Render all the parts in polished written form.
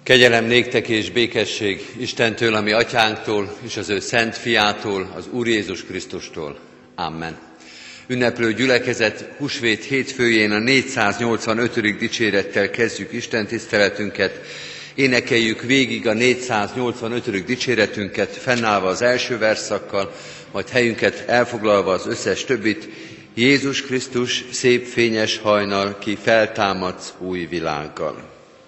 Kegyelem néktek és békesség Istentől, a mi atyánktól, és az ő szent fiától, az Úr Jézus Krisztustól. Amen. Ünneplő gyülekezet húsvét hétfőjén a 485. dicsérettel kezdjük Isten tiszteletünket. Énekeljük végig a 485. dicséretünket, fennállva az első verszakkal, majd helyünket elfoglalva az összes többit. Jézus Krisztus, szép fényes hajnal, ki feltámadsz új világgal.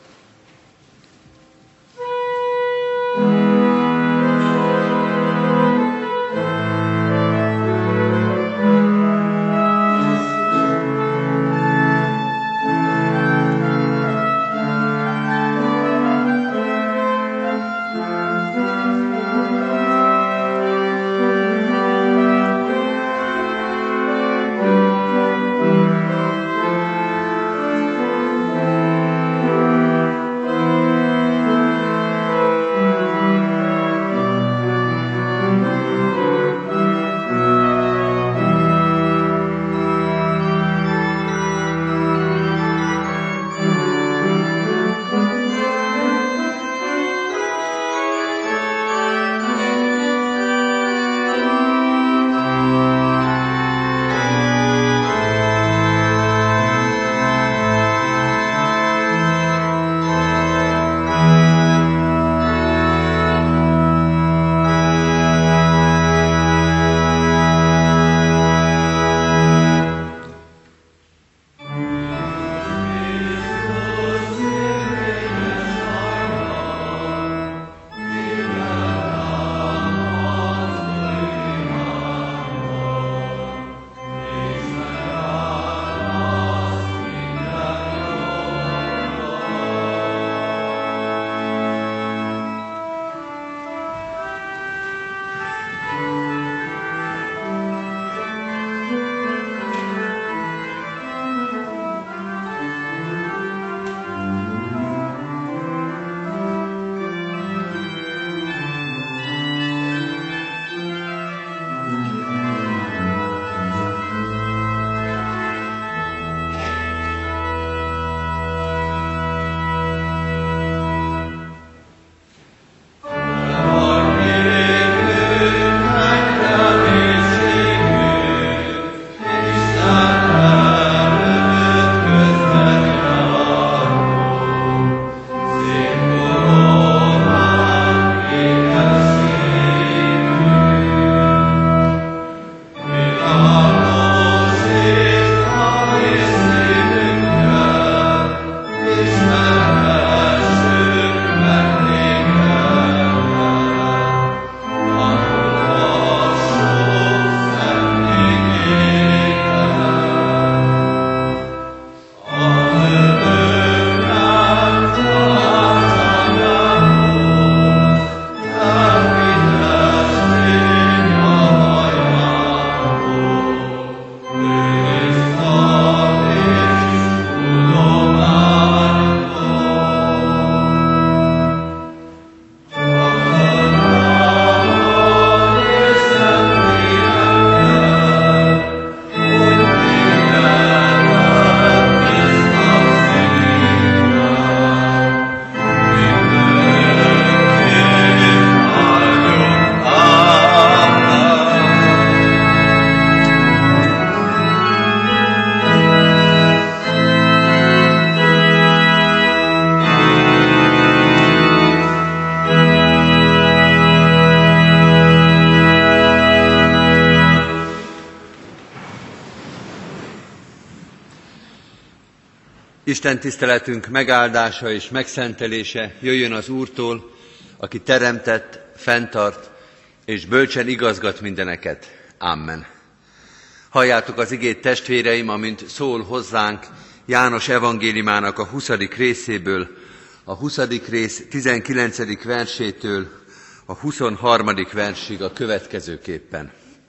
Isten tiszteletünk megáldása és megszentelése jöjjön az Úrtól, aki teremtett, fenntart és bölcsen igazgat mindeneket. Amen. Halljátok az igét, testvéreim, amint szól hozzánk János evangéliumának a 20. részéből, a 20. rész 19. versétől a 23. versig a következőképpen.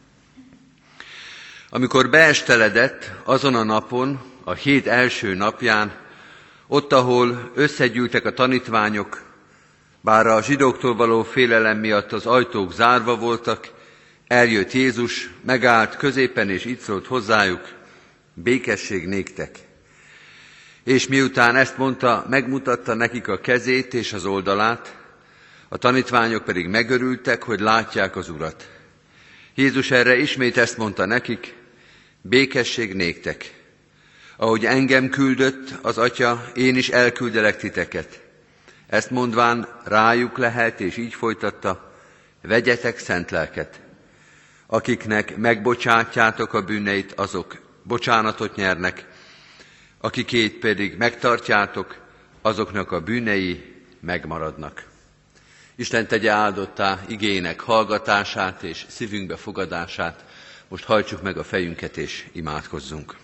Amikor beesteledett azon a napon, a hét első napján, ott, ahol összegyűltek a tanítványok, bár a zsidóktól való félelem miatt az ajtók zárva voltak, eljött Jézus, megállt középen és így szólt hozzájuk: békesség néktek. És miután ezt mondta, megmutatta nekik a kezét és az oldalát, a tanítványok pedig megörültek, hogy látják az Urat. Jézus erre ismét ezt mondta nekik: békesség néktek. Ahogy engem küldött az Atya, én is elküldelek titeket. Ezt mondván rájuk lehelt, és így folytatta: vegyetek szent lelket. Akiknek megbocsátjátok a bűneit, azok bocsánatot nyernek, akikét pedig megtartjátok, azoknak a bűnei megmaradnak. Isten tegye áldottá igének hallgatását és szívünkbe fogadását. Most hajtsuk meg a fejünket és imádkozzunk.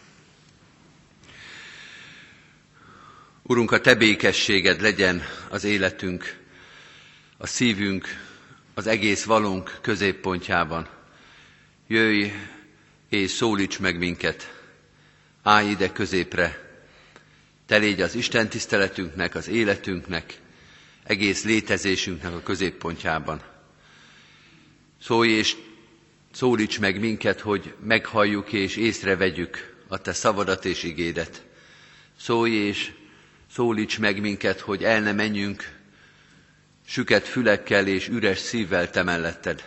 Urunk, a Te békességed legyen az életünk, a szívünk, az egész valónk középpontjában. Jöjj és szólíts meg minket, állj ide középre, Te légy az Isten tiszteletünknek, az életünknek, egész létezésünknek a középpontjában. Szólj és szólíts meg minket, hogy meghalljuk és észrevegyük a Te szavadat és igédet. Szólj és szólíts meg minket, hogy el ne menjünk süket fülekkel és üres szívvel Te melletted.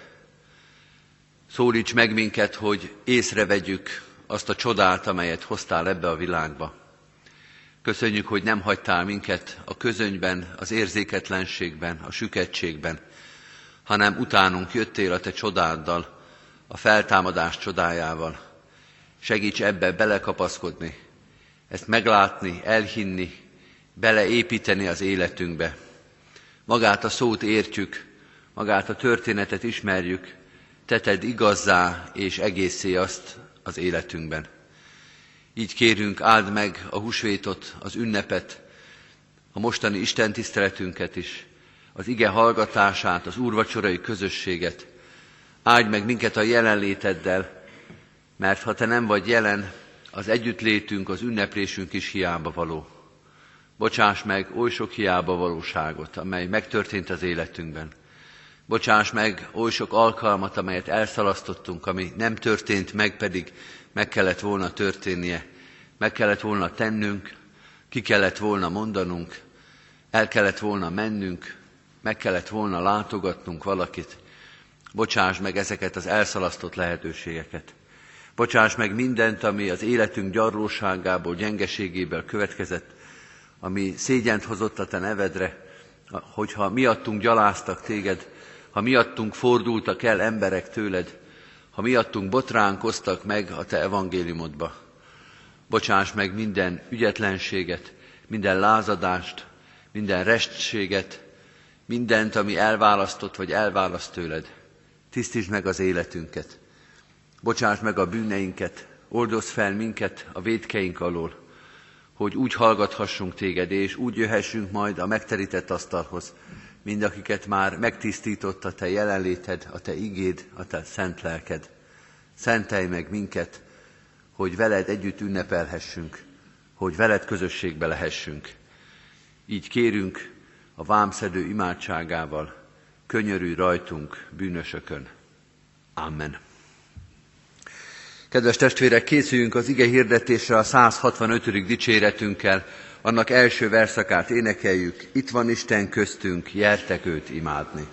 Szólíts meg minket, hogy észrevegyük azt a csodát, amelyet hoztál ebbe a világba. Köszönjük, hogy nem hagytál minket a közönyben, az érzéketlenségben, a süketségben, hanem utánunk jöttél a Te csodáddal, a feltámadás csodájával. Segíts ebbe belekapaszkodni, ezt meglátni, elhinni, beleépíteni az életünkbe. Magát a szót értjük, magát a történetet ismerjük, Te tedd igazzá és egészé azt az életünkben. Így kérünk, áld meg a húsvétot, az ünnepet, a mostani istentiszteletünket is, az ige hallgatását, az úrvacsorai közösséget. Áldj meg minket a jelenléteddel, mert ha Te nem vagy jelen, az együttlétünk, az ünneplésünk is hiába való. Bocsáss meg oly sok hiába valóságot, amely megtörtént az életünkben. Bocsáss meg oly sok alkalmat, amelyet elszalasztottunk, ami nem történt meg, pedig meg kellett volna történnie. Meg kellett volna tennünk, ki kellett volna mondanunk, el kellett volna mennünk, meg kellett volna látogatnunk valakit. Bocsáss meg ezeket az elszalasztott lehetőségeket. Bocsáss meg mindent, ami az életünk gyarlóságából, gyengeségéből következett, ami szégyent hozott a Te nevedre, hogyha miattunk gyaláztak Téged, ha miattunk fordultak el emberek tőled, ha miattunk botránkoztak meg a Te evangéliumodba. Bocsáss meg minden ügyetlenséget, minden lázadást, minden restséget, mindent, ami elválasztott vagy elválaszt tőled. Tisztítsd meg az életünket. Bocsáss meg a bűneinket, oldozz fel minket a vétkeink alól, hogy úgy hallgathassunk Téged, és úgy jöhessünk majd a megterített asztalhoz, mind akiket már megtisztított a Te jelenléted, a Te igéd, a Te szent lelked. Szentelj meg minket, hogy veled együtt ünnepelhessünk, hogy veled közösségbe lehessünk. Így kérünk a vámszedő imádságával, könyörülj rajtunk, bűnösökön. Amen. Kedves testvérek, készüljünk az ige hirdetésre a 165. dicséretünkkel, annak első verszakát énekeljük: Itt van Isten köztünk, gyertek őt imádni.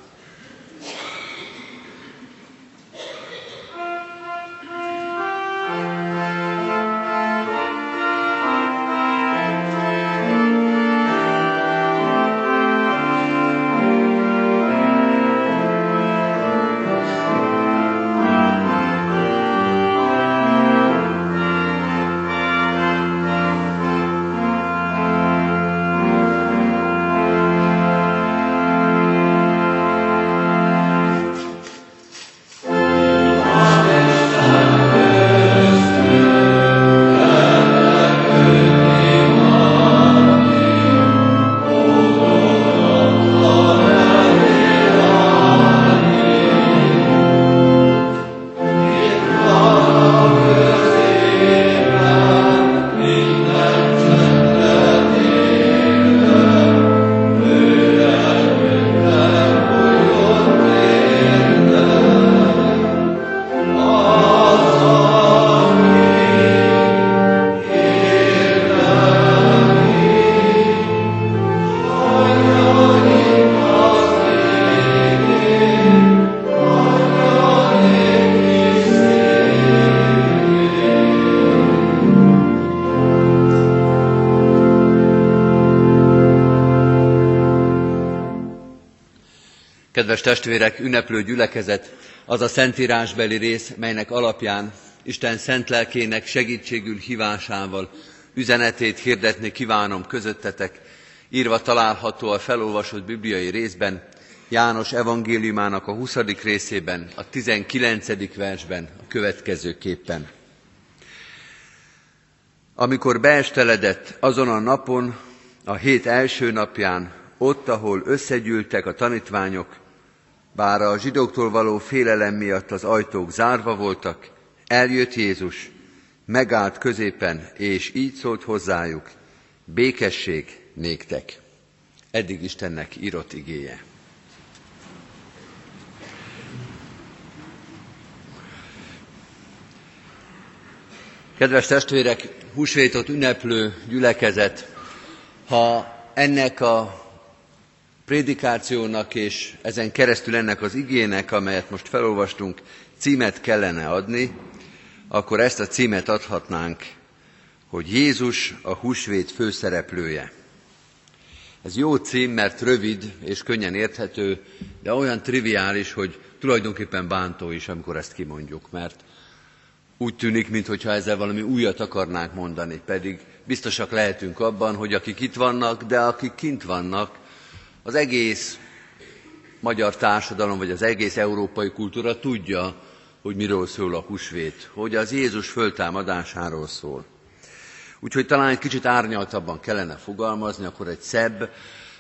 Kedves testvérek, ünneplő gyülekezet, az a szentírásbeli rész, melynek alapján Isten szent lelkének segítségül hívásával üzenetét hirdetni kívánom közöttetek, írva található a felolvasott bibliai részben, János evangéliumának a 20. részében, a 19. versben a következőképpen. Amikor beesteledett azon a napon, a hét első napján, ott, ahol összegyűltek a tanítványok, bár a zsidóktól való félelem miatt az ajtók zárva voltak, eljött Jézus, megállt középen, és így szólt hozzájuk: békesség néktek. Eddig Istennek írott igéje. Kedves testvérek, húsvétot ünneplő gyülekezet, ha ennek a prédikációnak és ezen keresztül ennek az igének, amelyet most felolvastunk, címet kellene adni, akkor ezt a címet adhatnánk, hogy Jézus a húsvét főszereplője. Ez jó cím, mert rövid és könnyen érthető, de olyan triviális, hogy tulajdonképpen bántó is, amikor ezt kimondjuk, mert úgy tűnik, mintha ezzel valami újat akarnánk mondani, pedig biztosak lehetünk abban, hogy akik itt vannak, de akik kint vannak, az egész magyar társadalom, vagy az egész európai kultúra tudja, hogy miről szól a húsvét, hogy az Jézus föltámadásáról szól. Úgyhogy talán egy kicsit árnyaltabban kellene fogalmazni, akkor egy szebb,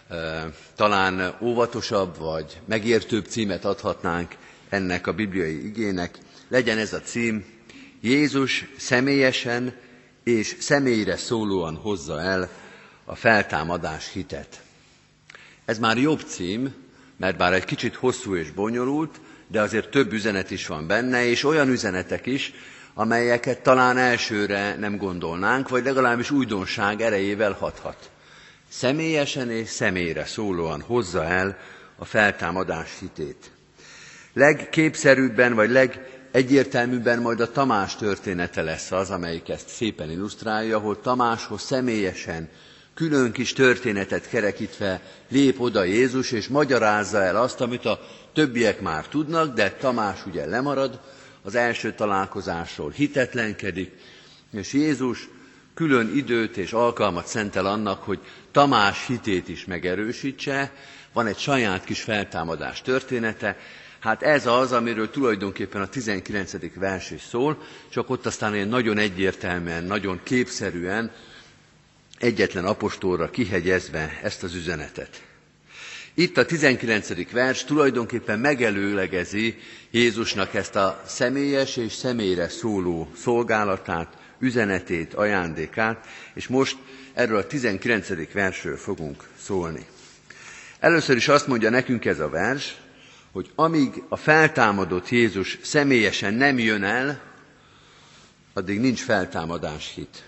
talán óvatosabb, vagy megértőbb címet adhatnánk ennek a bibliai igének. Legyen ez a cím: Jézus személyesen és személyre szólóan hozza el a feltámadás hitet. Ez már jobb cím, mert bár egy kicsit hosszú és bonyolult, de azért több üzenet is van benne, és olyan üzenetek is, amelyeket talán elsőre nem gondolnánk, vagy legalábbis újdonság erejével hathat. Személyesen és személyre szólóan hozza el a feltámadás hitét. Legképszerűbben, vagy legegyértelműbben majd a Tamás története lesz az, amelyik ezt szépen illusztrálja, ahol Tamáshoz személyesen, külön kis történetet kerekítve lép oda Jézus, és magyarázza el azt, amit a többiek már tudnak, de Tamás ugye lemarad az első találkozásról, hitetlenkedik, és Jézus külön időt és alkalmat szentel annak, hogy Tamás hitét is megerősítse. Van egy saját kis feltámadás története, hát ez az, amiről tulajdonképpen a 19. vers is szól, csak ott aztán ilyen nagyon egyértelműen, nagyon képszerűen, egyetlen apostolra kihegyezve ezt az üzenetet. Itt a 19. vers tulajdonképpen megelőlegezi Jézusnak ezt a személyes és személyre szóló szolgálatát, üzenetét, ajándékát, és most erről a 19. versről fogunk szólni. Először is azt mondja nekünk ez a vers, hogy amíg a feltámadott Jézus személyesen nem jön el, addig nincs feltámadás hit.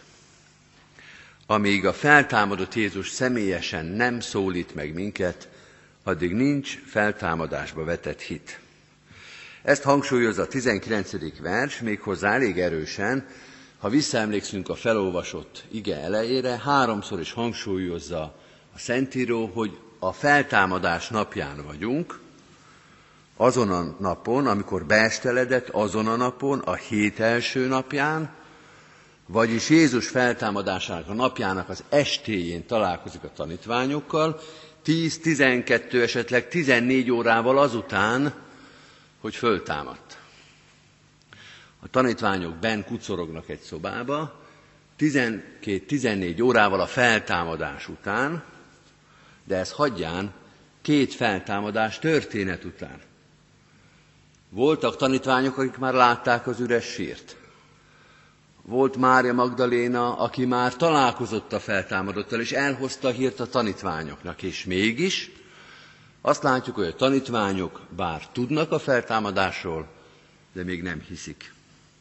Amíg a feltámadott Jézus személyesen nem szólít meg minket, addig nincs feltámadásba vetett hit. Ezt hangsúlyozza a 19. vers, méghozzá elég erősen, ha visszaemlékszünk a felolvasott ige elejére, 3-szor is hangsúlyozza a Szentíró, hogy a feltámadás napján vagyunk, azon a napon, amikor beesteledett, azon a napon, a hét első napján, vagyis Jézus feltámadásának a napjának az estéjén találkozik a tanítványokkal, 10-12, esetleg 14 órával azután, hogy föltámadt. A tanítványok benn kucorognak egy szobába, 12-14 órával a feltámadás után, de ez hagyján 2 feltámadás történet után. Voltak tanítványok, akik már látták az üres sírt. Volt Mária Magdaléna, aki már találkozott a feltámadottal, és elhozta a hírt a tanítványoknak, és mégis azt látjuk, hogy a tanítványok bár tudnak a feltámadásról, de még nem hiszik.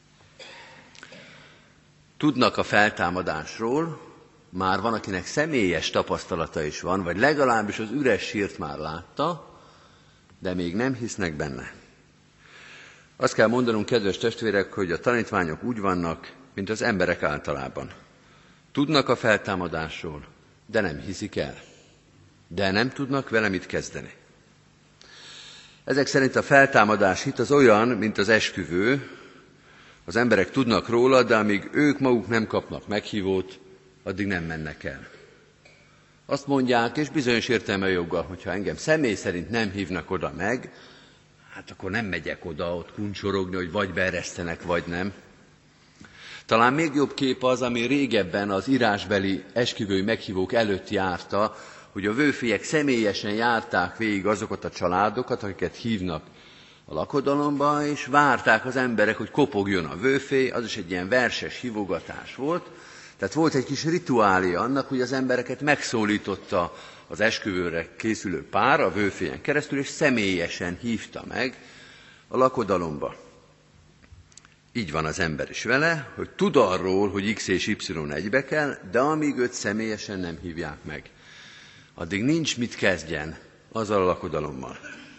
Tudnak a feltámadásról, már van, akinek személyes tapasztalata is van, vagy legalábbis az üres sírt már látta, de még nem hisznek benne. Azt kell mondanunk, kedves testvérek, hogy a tanítványok úgy vannak, mint az emberek általában. Tudnak a feltámadásról, de nem hiszik el. De nem tudnak vele mit kezdeni. Ezek szerint a feltámadás hit az olyan, mint az esküvő. Az emberek tudnak róla, de amíg ők maguk nem kapnak meghívót, addig nem mennek el. Azt mondják, és bizonyos értelme joggal, hogyha engem személy szerint nem hívnak oda meg, hát akkor nem megyek oda ott kuncsorogni, hogy vagy beeresztenek, vagy nem. Talán még jobb kép az, ami régebben az írásbeli esküvői meghívók előtt járta, hogy a vőfélyek személyesen járták végig azokat a családokat, akiket hívnak a lakodalomba, és várták az emberek, hogy kopogjon a vőfély, az is egy ilyen verses hívogatás volt. Tehát volt egy kis rituálja annak, hogy az embereket megszólította az esküvőre készülő pár a vőfélyen keresztül, és személyesen hívta meg a lakodalomba. Így van az ember is vele, hogy tud arról, hogy X és Y egybe kell, de amíg őt személyesen nem hívják meg, addig nincs mit kezdjen azzal a lakodalommal.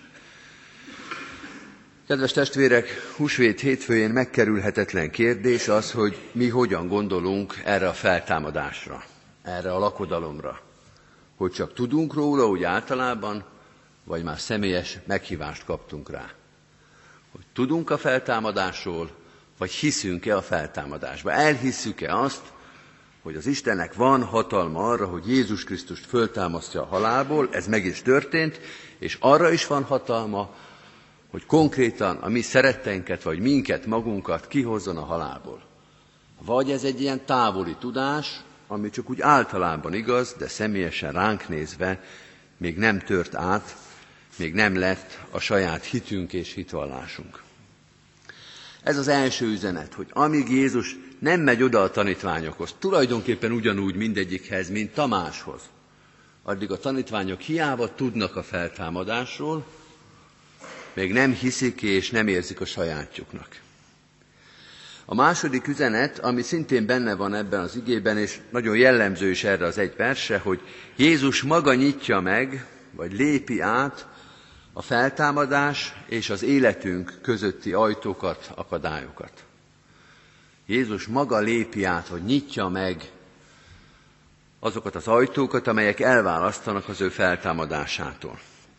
Kedves testvérek, húsvét hétfőjén megkerülhetetlen kérdés az, hogy mi hogyan gondolunk erre a feltámadásra, erre a lakodalomra. Hogy csak tudunk róla úgy általában, vagy már személyes meghívást kaptunk rá. Hogy tudunk a feltámadásról, vagy hiszünk-e a feltámadásba. Elhisszük-e azt, hogy az Istennek van hatalma arra, hogy Jézus Krisztust föltámasztja a halálból, ez meg is történt, és arra is van hatalma, hogy konkrétan a mi szeretteinket, vagy minket, magunkat kihozzon a halálból. Vagy ez egy ilyen távoli tudás, ami csak úgy általában igaz, de személyesen ránk nézve még nem tört át, még nem lett a saját hitünk és hitvallásunk. Ez az első üzenet, hogy amíg Jézus nem megy oda a tanítványokhoz, tulajdonképpen ugyanúgy mindegyikhez, mint Tamáshoz, addig a tanítványok hiába tudnak a feltámadásról, még nem hiszik és nem érzik a sajátjuknak. A második üzenet, ami szintén benne van ebben az igében, és nagyon jellemző is erre az egy verse, hogy Jézus maga nyitja meg, vagy lépi át a feltámadás és az életünk közötti ajtókat, akadályokat. Jézus maga lépi át, vagy nyitja meg azokat az ajtókat, amelyek elválasztanak az ő feltámadásától.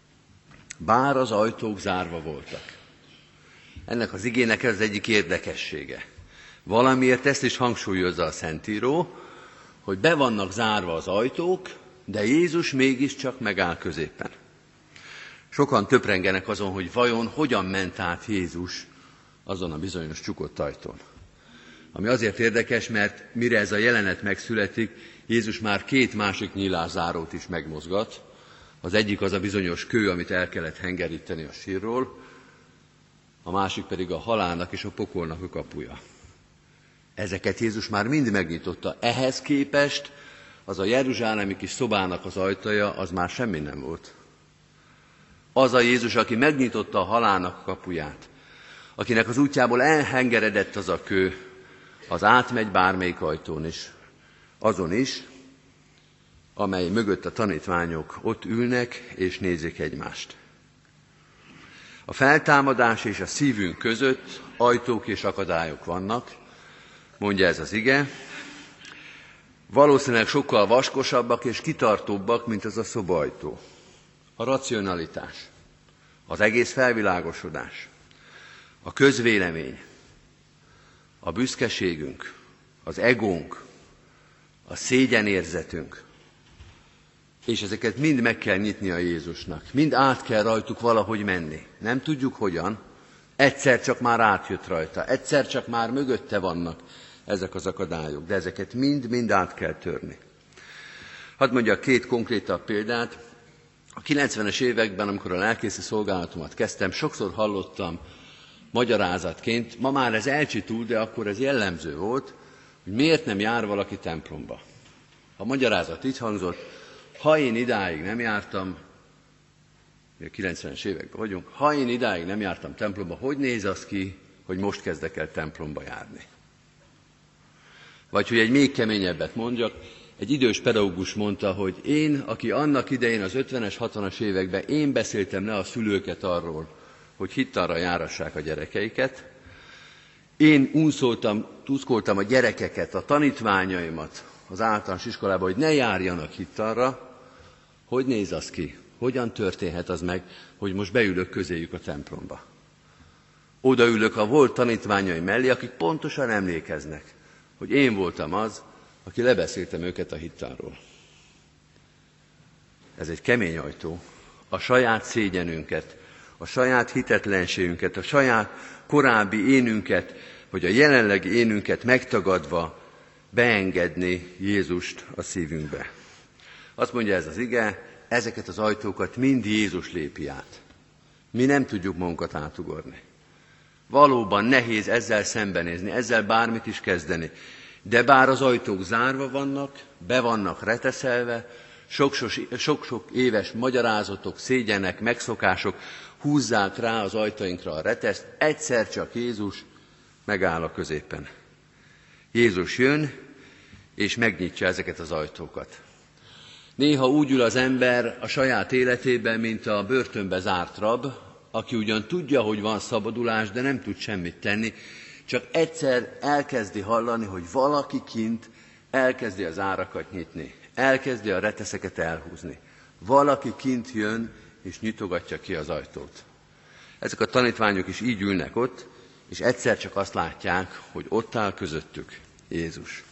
Bár az ajtók zárva voltak. Ennek az igének ez az egyik érdekessége. Valamiért ezt is hangsúlyozza a Szentíró, hogy be vannak zárva az ajtók, de Jézus mégiscsak megáll középen. Sokan töprengenek azon, hogy vajon hogyan ment át Jézus azon a bizonyos csukott ajtón. Ami azért érdekes, mert mire ez a jelenet megszületik, Jézus már két másik nyílászárót is megmozgat. Az egyik az a bizonyos kő, amit el kellett hengeríteni a sírról, a másik pedig a halálnak és a pokolnak a kapuja. Ezeket Jézus már mind megnyitotta. Ehhez képest az a jeruzsálemi kis szobának az ajtaja, az már semmi nem volt. Az a Jézus, aki megnyitotta a halálnak a kapuját, akinek az útjából elhengeredett az a kő, az átmegy bármelyik ajtón is, azon is, amely mögött a tanítványok ott ülnek és nézik egymást. A feltámadás és a szívünk között ajtók és akadályok vannak, mondja ez az ige, valószínűleg sokkal vaskosabbak és kitartóbbak, mint az a szobaajtó. A racionalitás, az egész felvilágosodás, a közvélemény, a büszkeségünk, az egónk, a szégyenérzetünk, és ezeket mind meg kell nyitni a Jézusnak. Mind át kell rajtuk valahogy menni. Nem tudjuk hogyan, egyszer csak már átjött rajta, egyszer csak már mögötte vannak ezek az akadályok, de ezeket mind át kell törni. Hadd mondjak két konkrétabb példát. A 90-es években, amikor a lelkészi szolgálatomat kezdtem, sokszor hallottam magyarázatként, ma már ez elcsitult, de akkor ez jellemző volt, hogy miért nem jár valaki templomba. A magyarázat így hangzott, ha én idáig nem jártam, a 90-es években vagyunk, ha én idáig nem jártam templomba, hogy néz az ki, hogy most kezdek el templomba járni? Vagy hogy egy még keményebbet mondjak, egy idős pedagógus mondta, hogy én, aki annak idején az 50-es, 60-as években én beszéltem le a szülőket arról, hogy hittanra járassák a gyerekeiket, én tuszkoltam a gyerekeket, a tanítványaimat az általános iskolában, hogy ne járjanak hittanra, hogy néz az ki, hogyan történhet az meg, hogy most beülök közéjük a templomba. Odaülök a volt tanítványaim mellé, akik pontosan emlékeznek, hogy én voltam az, aki lebeszéltem őket a hittáról. Ez egy kemény ajtó. A saját szégyenünket, a saját hitetlenségünket, a saját korábbi énünket, vagy a jelenlegi énünket megtagadva beengedni Jézust a szívünkbe. Azt mondja ez az ige, ezeket az ajtókat mind Jézus lépi át. Mi nem tudjuk magunkat átugorni. Valóban nehéz ezzel szembenézni, ezzel bármit is kezdeni. De bár az ajtók zárva vannak, be vannak reteszelve, sok-sok éves magyarázatok, szégyenek, megszokások húzzák rá az ajtainkra a reteszt, egyszer csak Jézus megáll a középen. Jézus jön, és megnyitja ezeket az ajtókat. Néha úgy ül az ember a saját életében, mint a börtönbe zárt rab, aki ugyan tudja, hogy van szabadulás, de nem tud semmit tenni, csak egyszer elkezdi hallani, hogy valaki kint elkezdi az árakat nyitni, elkezdi a reteszeket elhúzni. Valaki kint jön, és nyitogatja ki az ajtót. Ezek a tanítványok is így ülnek ott, és egyszer csak azt látják, hogy ott áll közöttük Jézus.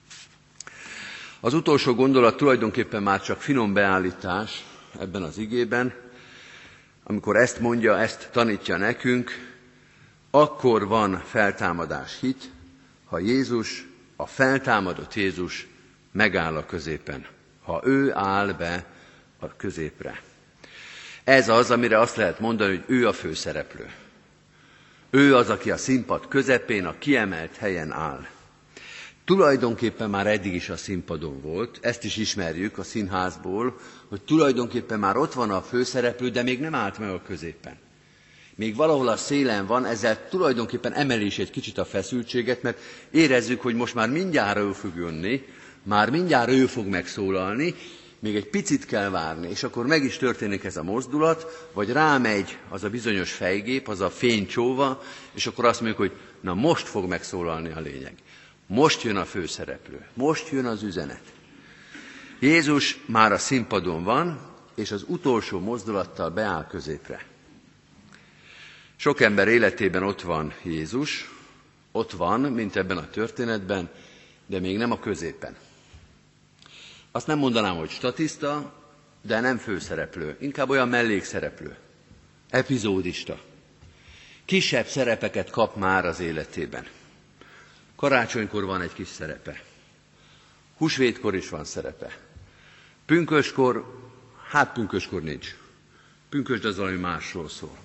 Az utolsó gondolat tulajdonképpen már csak finom beállítás ebben az igében, amikor ezt mondja, ezt tanítja nekünk, akkor van feltámadás hit, ha Jézus, a feltámadott Jézus megáll a középen, ha ő áll be a középre. Ez az, amire azt lehet mondani, hogy ő a főszereplő. Ő az, aki a színpad közepén, a kiemelt helyen áll. Tulajdonképpen már eddig is a színpadon volt, ezt is ismerjük a színházból, hogy tulajdonképpen már ott van a főszereplő, de még nem állt meg a középen. Még valahol a szélen van, ezzel tulajdonképpen emeli is egy kicsit a feszültséget, mert érezzük, hogy most már mindjárt ő fog jönni, már mindjárt ő fog megszólalni, még egy picit kell várni, és akkor meg is történik ez a mozdulat, vagy rámegy az a bizonyos fejgép, az a fénycsóva, és akkor azt mondjuk, hogy na most fog megszólalni a lényeg. Most jön a főszereplő, most jön az üzenet. Jézus már a színpadon van, és az utolsó mozdulattal beáll középre. Sok ember életében ott van Jézus, ott van, mint ebben a történetben, de még nem a középen. Azt nem mondanám, hogy statiszta, de nem főszereplő, inkább olyan mellékszereplő, epizódista. Kisebb szerepeket kap már az életében. Karácsonykor van egy kis szerepe. Húsvétkor is van szerepe. Pünköskor, pünköskor nincs. Pünkösd az valami másról szól.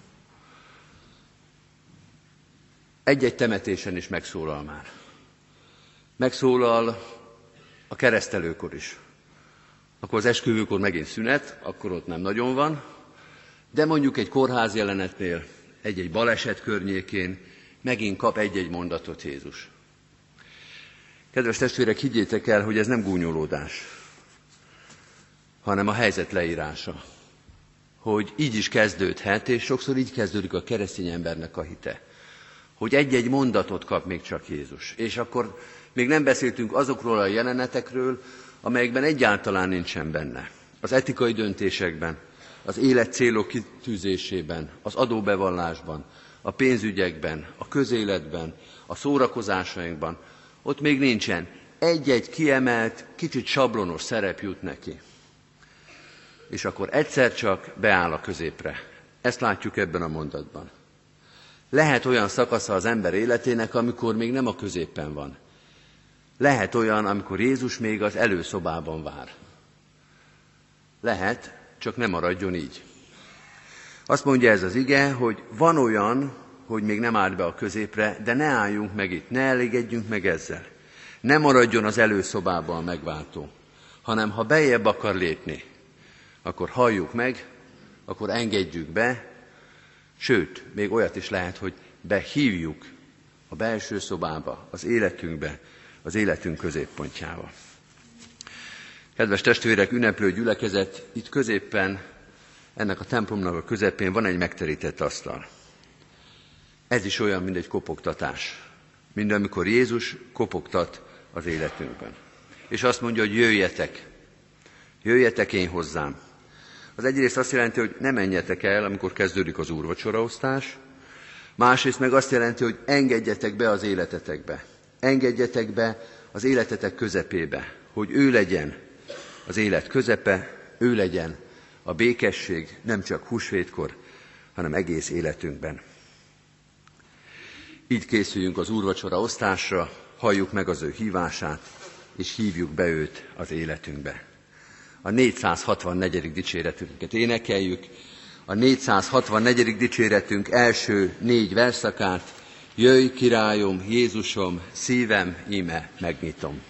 Egy-egy temetésen is megszólal már. Megszólal a keresztelőkor is. Akkor az esküvőkor megint szünet, akkor ott nem nagyon van, de mondjuk egy kórház jelenetnél, egy-egy baleset környékén megint kap egy-egy mondatot Jézus. Kedves testvérek, higgyétek el, hogy ez nem gúnyolódás, hanem a helyzet leírása. Hogy így is kezdődhet, és sokszor így kezdődik a keresztény embernek a hite. Hogy egy-egy mondatot kap még csak Jézus. És akkor még nem beszéltünk azokról a jelenetekről, amelyekben egyáltalán nincsen benne. Az etikai döntésekben, az életcélok kitűzésében, az adóbevallásban, a pénzügyekben, a közéletben, a szórakozásainkban, ott még nincsen. Egy-egy kiemelt, kicsit sablonos szerep jut neki. És akkor egyszer csak beáll a középre. Ezt látjuk ebben a mondatban. Lehet olyan szakasza az ember életének, amikor még nem a középen van. Lehet olyan, amikor Jézus még az előszobában vár. Lehet, csak nem maradjon így. Azt mondja ez az ige, hogy van olyan, hogy még nem állt be a középre, de ne álljunk meg itt, ne elégedjünk meg ezzel. Ne maradjon az előszobában a megváltó, hanem ha bejebb akar lépni, akkor halljuk meg, akkor engedjük be, sőt, még olyat is lehet, hogy behívjuk a belső szobába, az életünkbe, az életünk középpontjába. Kedves testvérek, ünneplő gyülekezet, itt középen, ennek a templomnak a közepén van egy megterített asztal. Ez is olyan, mint egy kopogtatás. Mint amikor Jézus kopogtat az életünkben. És azt mondja, hogy jöjjetek én hozzám. az egyrészt azt jelenti, hogy ne menjetek el, amikor kezdődik az úrvacsoraosztás, másrészt meg azt jelenti, hogy engedjetek be az életetekbe. Engedjetek be az életetek közepébe, hogy ő legyen az élet közepe, ő legyen a békesség nem csak húsvétkor, hanem egész életünkben. Így készüljünk az úrvacsora osztásra, halljuk meg az ő hívását, és hívjuk be őt az életünkbe. A 464. dicséretünket énekeljük, a 464. dicséretünk első 4 verszakát, jöjj királyom, Jézusom, szívem íme megnyitom.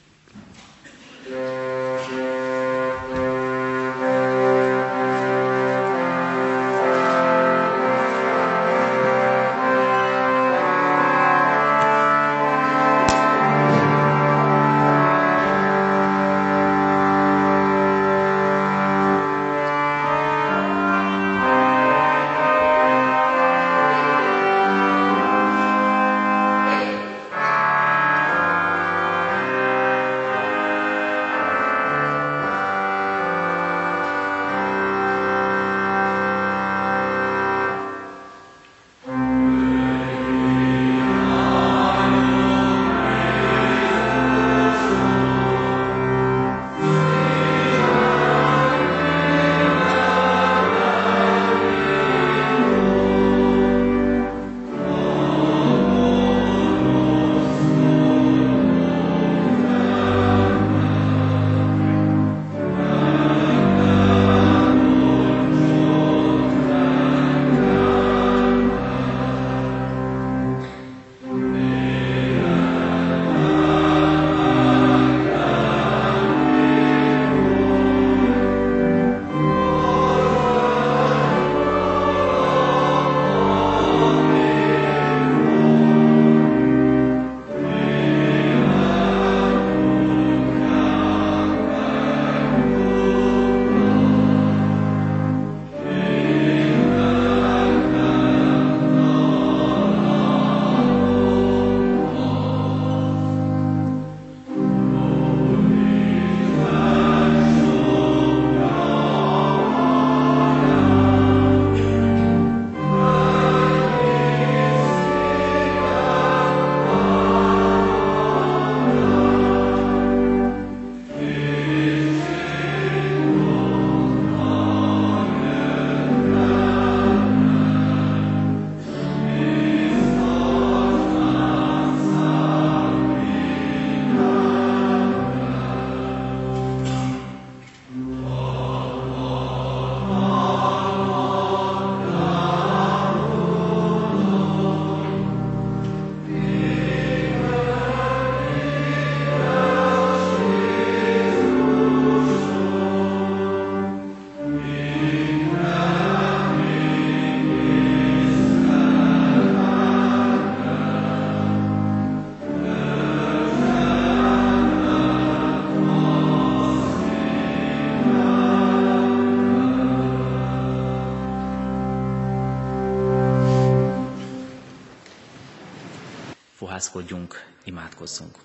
Fohászkodjunk, imádkozzunk.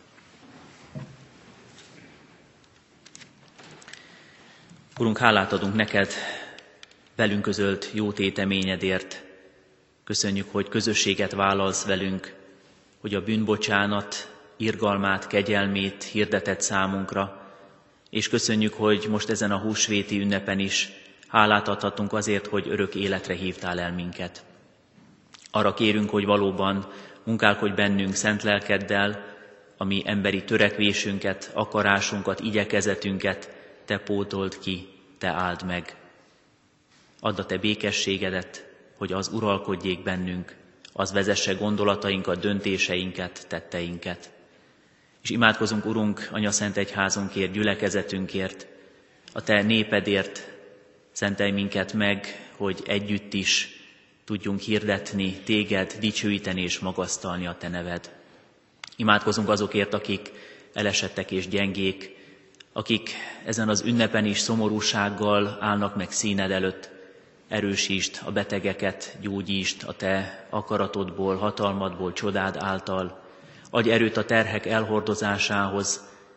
Urunk, hálát adunk neked velünk közölt jó téteményedért. Köszönjük, hogy közösséget vállalsz velünk, hogy a bűnbocsánat irgalmát, kegyelmét hirdeted számunkra, és köszönjük, hogy most ezen a húsvéti ünnepen is hálát adhatunk azért, hogy örök életre hívtál el minket. Arra kérünk, hogy valóban munkálkodj bennünk szent lelkeddel, a mi emberi törekvésünket, akarásunkat, igyekezetünket te pótold ki, te áld meg. Add a te békességedet, hogy az uralkodjék bennünk, az vezesse gondolatainkat, döntéseinket, tetteinket. És imádkozunk, Urunk, Anya-Szent Egyházunkért, gyülekezetünkért, a te népedért, szentelj minket meg, hogy együtt is tudjunk hirdetni téged, dicsőíteni és magasztalni a te neved. Imádkozunk azokért, akik elesettek és gyengék, akik ezen az ünnepen is szomorúsággal állnak meg színed előtt. Erősítsd a betegeket, gyógyítsd a te akaratodból, hatalmadból, csodád által. Adj erőt a terhek elhordozásához,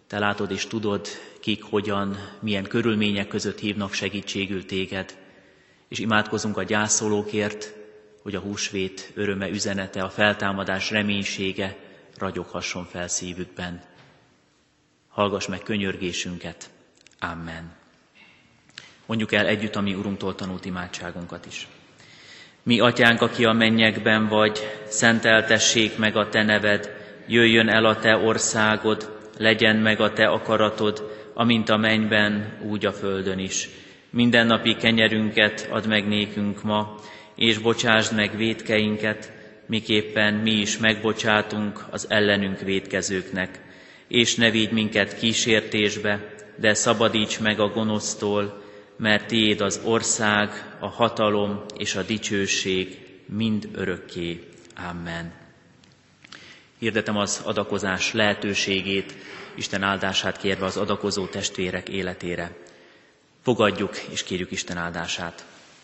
Te látod és tudod, kik, hogyan, milyen körülmények között hívnak segítségül téged, és imádkozunk a gyászolókért, hogy a húsvét öröme üzenete, a feltámadás reménysége ragyoghasson fel szívükben. Hallgass meg könyörgésünket. Amen. Mondjuk el együtt a mi Urunktól tanult imádságunkat is. Mi atyánk, aki a mennyekben vagy, szenteltessék meg a te neved, jöjjön el a te országod, legyen meg a te akaratod, amint a mennyben, úgy a földön is. Mindennapi kenyerünket add meg nékünk ma, és bocsásd meg vétkeinket, miképpen mi is megbocsátunk az ellenünk vétkezőknek. És ne vigy minket kísértésbe, de szabadíts meg a gonosztól, mert tiéd az ország, a hatalom és a dicsőség mind örökké. Amen. Hirdetem az adakozás lehetőségét, Isten áldását kérve az adakozó testvérek életére. Fogadjuk és kérjük Isten áldását.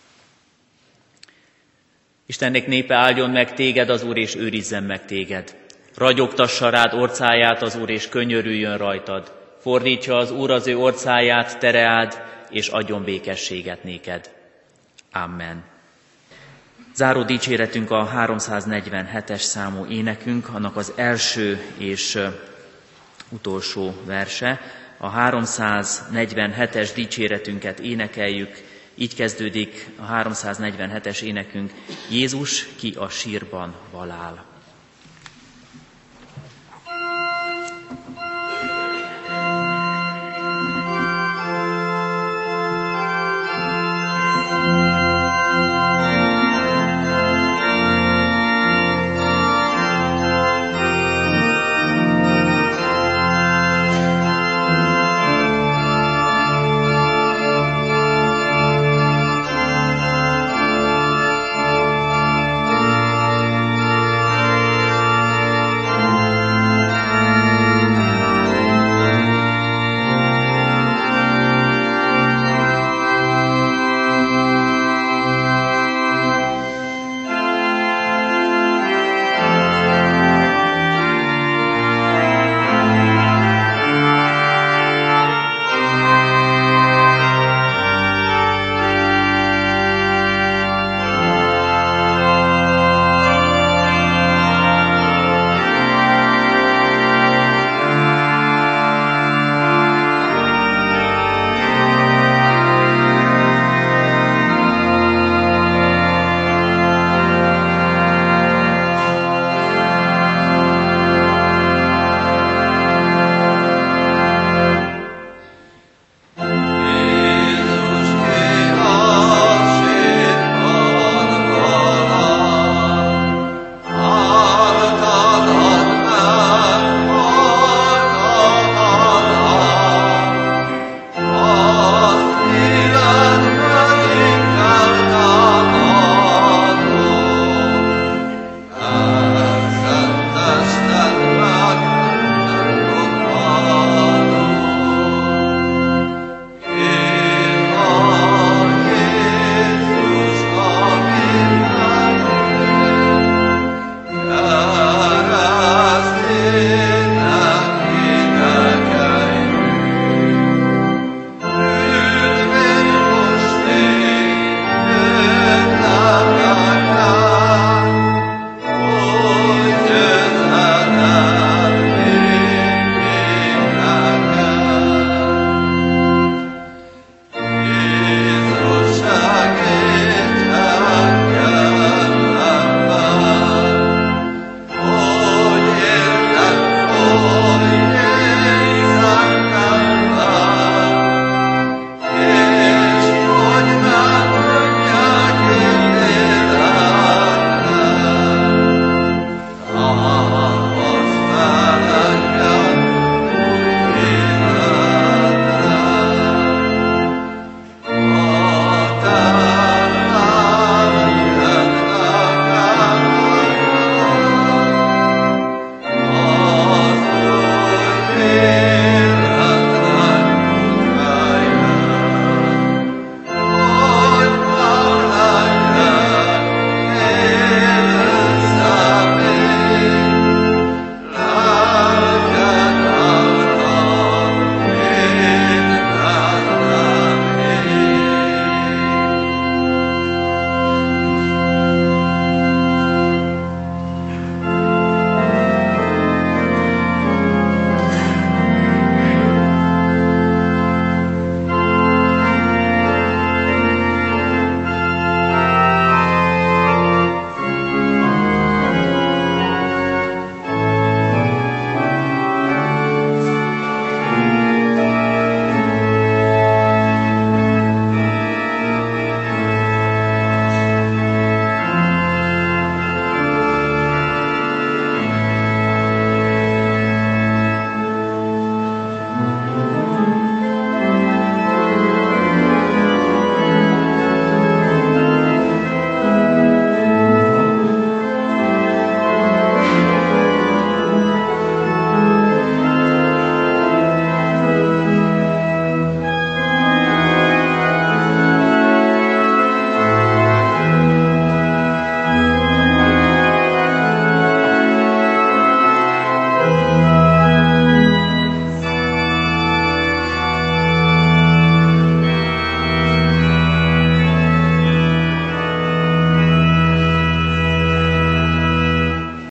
Istennek népe, áldjon meg téged az Úr, és őrizzen meg téged. Ragyogtassa rád orcáját az Úr, és könyörüljön rajtad. Fordítsa az Úr az ő orcáját te reád, és adjon békességet néked. Amen. Záró dicséretünk a 347-es számú énekünk, annak az első és utolsó verse. A 347-es dicséretünket énekeljük, így kezdődik a 347-es énekünk: Jézus, ki a sírban valál.